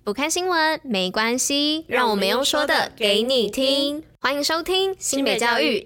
不看新闻没关系，让我们用说的给你听。欢迎收听新北教育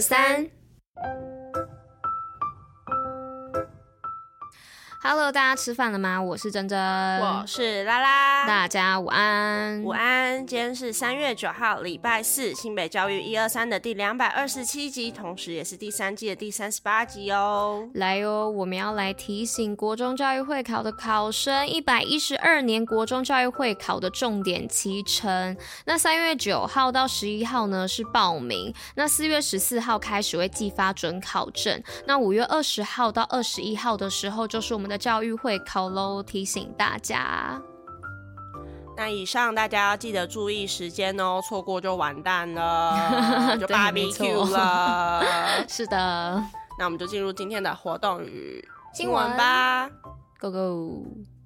123。Hello， 大家吃饭了吗？我是珍珍， 我是拉拉， 大家午安。 午安。今天是3月9号，礼拜四，新北教育123的第227集，同时也是第3季的第38集哦。 来哦，我们要来提醒国中教育会考的考生112年国中教育会考的重点期程。那3月9号到11号呢是报名，那4月14号开始会寄发准考证，那5月20号到21号的时候就是我们的教育会考咯，提醒大家。 那以上大家要记得注意时间哦，错过就完蛋了，就 BBQ 了。 是的， 那我们就进入今天的活动与新闻吧 ，Go Go！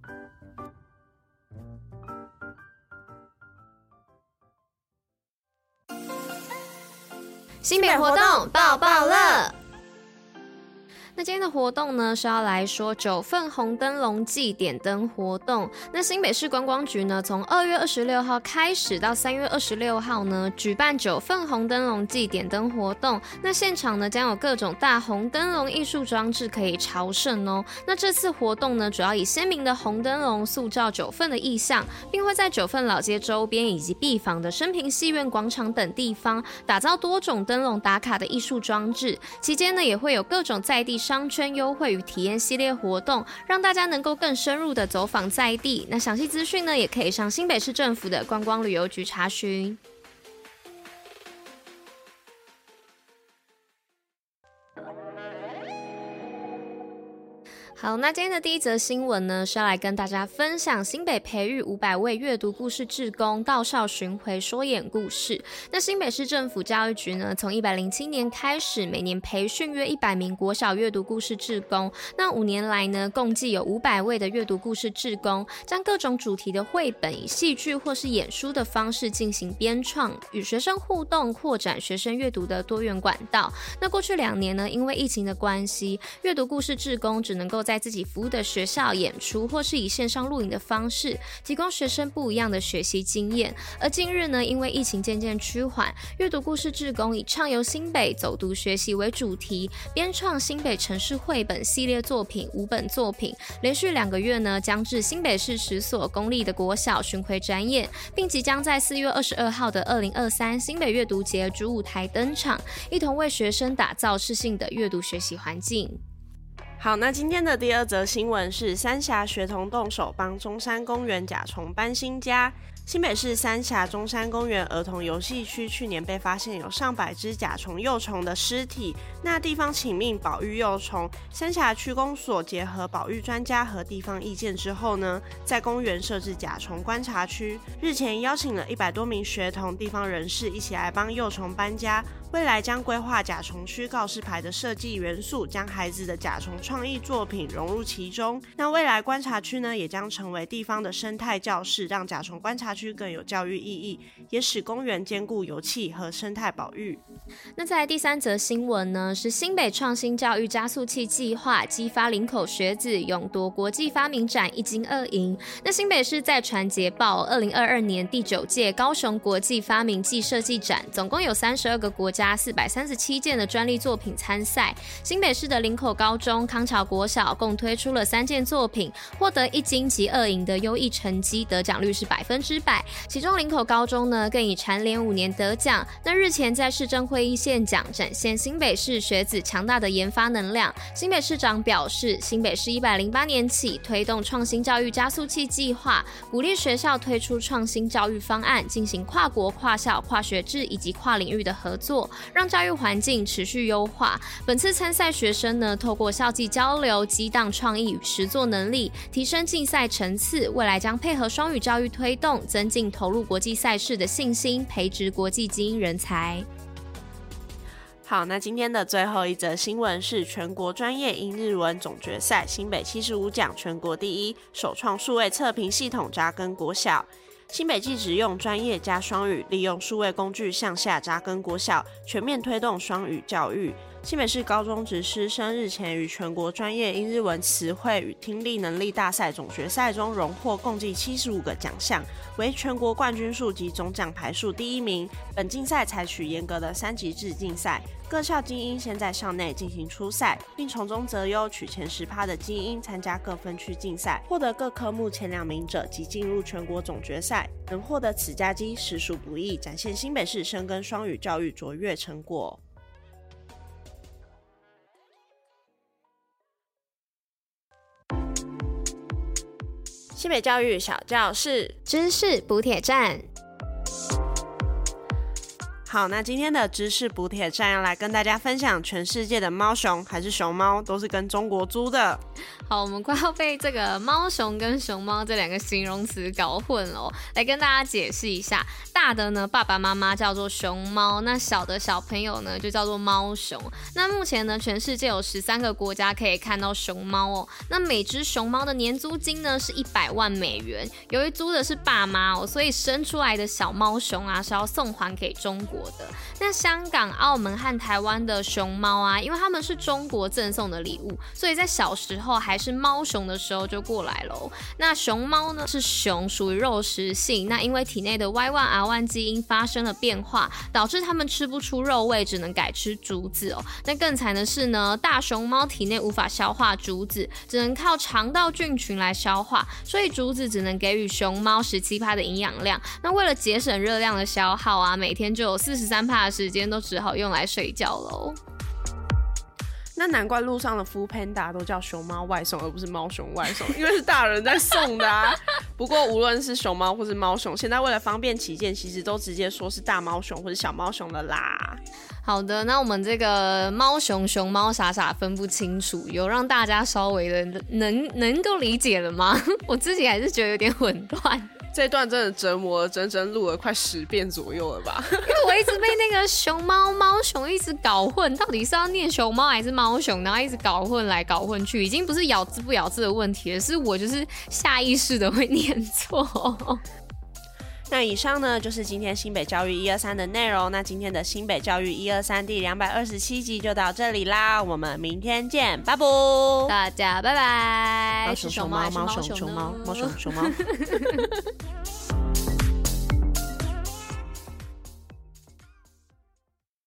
新北活动报报乐。那今天的活动呢是要来说9份红灯笼季点灯活动。那新北市观光局呢从2月26号开始到3月26号呢举办9份红灯笼季点灯活动。那现场呢将有各种大红灯笼艺术装置可以朝圣哦。那这次活动呢主要以鲜明的红灯笼塑造9份的意象，并会在9份老街周边以及必访的升平戏院广场等地方打造多种灯笼打卡的艺术装置。期间呢也会有各种在地商圈优惠与体验系列活动，让大家能够更深入的走访在地。那详细资讯呢，也可以上新北市政府的观光旅游局查询。好，那今天的第一则新闻呢，是要来跟大家分享新北培育500位阅读故事志工到校巡回说演故事。那新北市政府教育局呢，从107年开始，每年培训约100名国小阅读故事志工。那5年来呢，共计有500位的阅读故事志工，将各种主题的绘本以戏剧或是演书的方式进行编创，与学生互动，扩展学生阅读的多元管道。那过去2年呢，因为疫情的关系，阅读故事志工只能够在自己服务的学校演出，或是以线上录影的方式提供学生不一样的学习经验。而近日呢，因为疫情渐渐趋缓，阅读故事志工以畅游新北走读学习为主题，编创新北城市绘本系列作品5本作品，连续2个月呢将至新北市10所公立的国小巡回展演，并即将在4月22号的2023新北阅读节主舞台登场，一同为学生打造适性的阅读学习环境。 好，那今天的第2则新闻是三峡学童动手帮中山公园甲虫搬新家。新北市三峡中山公园儿童游戏区去年被发现有上百只甲虫幼虫的尸体，那地方请命保育幼虫。三峡区公所结合保育专家和地方意见之后呢，在公园设置甲虫观察区，日前邀请了100多名学童、地方人士一起来帮幼虫搬家。未来将规划甲虫区告示牌的设计元素，将孩子的甲虫创意作品融入其中。那未来观察区呢，也将成为地方的生态教室，让甲虫观察区更有教育意义，也使公园兼顾游憩和生态保育。 那再来第3则新闻呢，是新北创新教育加速器计划激发林口学子勇夺国际发明展1金2银。那新北市在传捷报2022年第9届高雄国际发明暨设计展，总共有32个国家437件的专利作品参赛。新北市的林口高中、康桥国小共推出了3件作品，获得1金及2银的优异成绩，得奖率是100%。其中林口高中呢，更以蝉联5年得奖。那日前在市政会议现讲，展现新北市学子强大的研发能量。新北市长表示，新北市108年起推动创新教育加速器计划，鼓励学校推出创新教育方案，进行跨国、跨校、跨学制以及跨领域的合作，让教育环境持续优化。本次参赛学生呢，透过校际交流、激荡创意与实作能力，提升竞赛层次。未来将配合双语教育推动，增进投入国际赛事的信心，培植国际精英人才。 好，那今天的最后一则新闻是全国专业英日文总决赛，新北75奖全国第一，首创数位测评系统扎根国小。新北技职用专业加双语，利用数位工具向下扎根国小，全面推动双语教育。 新北市高中职师生日前于全国专业英日文词汇与听力能力大赛总决赛中荣获共计75个奖项，为全国冠军数及总奖牌数第1名。本竞赛采取严格的3级制竞赛，各校精英先在校内进行初赛，并从中择优，取前10%的精英参加各分区竞赛，获得各科目前2名者即进入全国总决赛。能获得此佳绩实属不易，展现新北市深耕双语教育卓越成果。新北教育小教室， 知识补铁站。 好，那今天的知识补铁站要来跟大家分享，全世界的猫熊还是熊猫都是跟中国租的。 好，我们快要被这个猫熊跟熊猫这2个形容词搞混了，来跟大家解释一下。大的呢，爸爸妈妈叫做熊猫，那小的小朋友呢就叫做猫熊。那目前呢，全世界有13个国家可以看到熊猫哦。那每只熊猫的年租金呢是100万美元，由于租的是爸妈哦，所以生出来的小猫熊啊是要送还给中国的。那香港、澳门和台湾的熊猫啊，因为他们是中国赠送的礼物，所以在小时候还是猫熊的时候就过来咯。那熊猫呢是熊，属于肉食性，那因为体内的 Y1R1 基因发生了变化，导致它们吃不出肉味，只能改吃竹子哦。那更惨的是呢，大熊猫体内无法消化竹子，只能靠肠道菌群来消化，所以竹子只能给予熊猫17%的营养量。那为了节省热量的消耗啊，每天就有43%的时间都只好用来睡觉喽。 那难怪路上的 Foodpanda 都叫熊猫外送，而不是猫熊外送，因为是大人在送的啊。不过无论是熊猫或是猫熊，现在为了方便起见，其实都直接说是大猫熊或是小猫熊了啦。 好的，那我们这个猫熊、熊猫傻傻分不清楚，有让大家稍微的能够理解了吗？我自己还是觉得有点混乱。 这段真的折磨了整整录了快10遍左右了吧？ 因为我一直被那个熊猫、猫熊一直搞混，到底是要念熊猫还是猫熊，然后一直搞混来搞混去，已经不是咬字不咬字的问题了，是我就是下意识的会念错。 那以上呢就是今天新北教育123的内容。那今天的新北教育123第227集就到这里啦，我们明天见，拜拜！ 大家拜拜。 猫熊熊猫猫熊熊猫猫熊熊猫。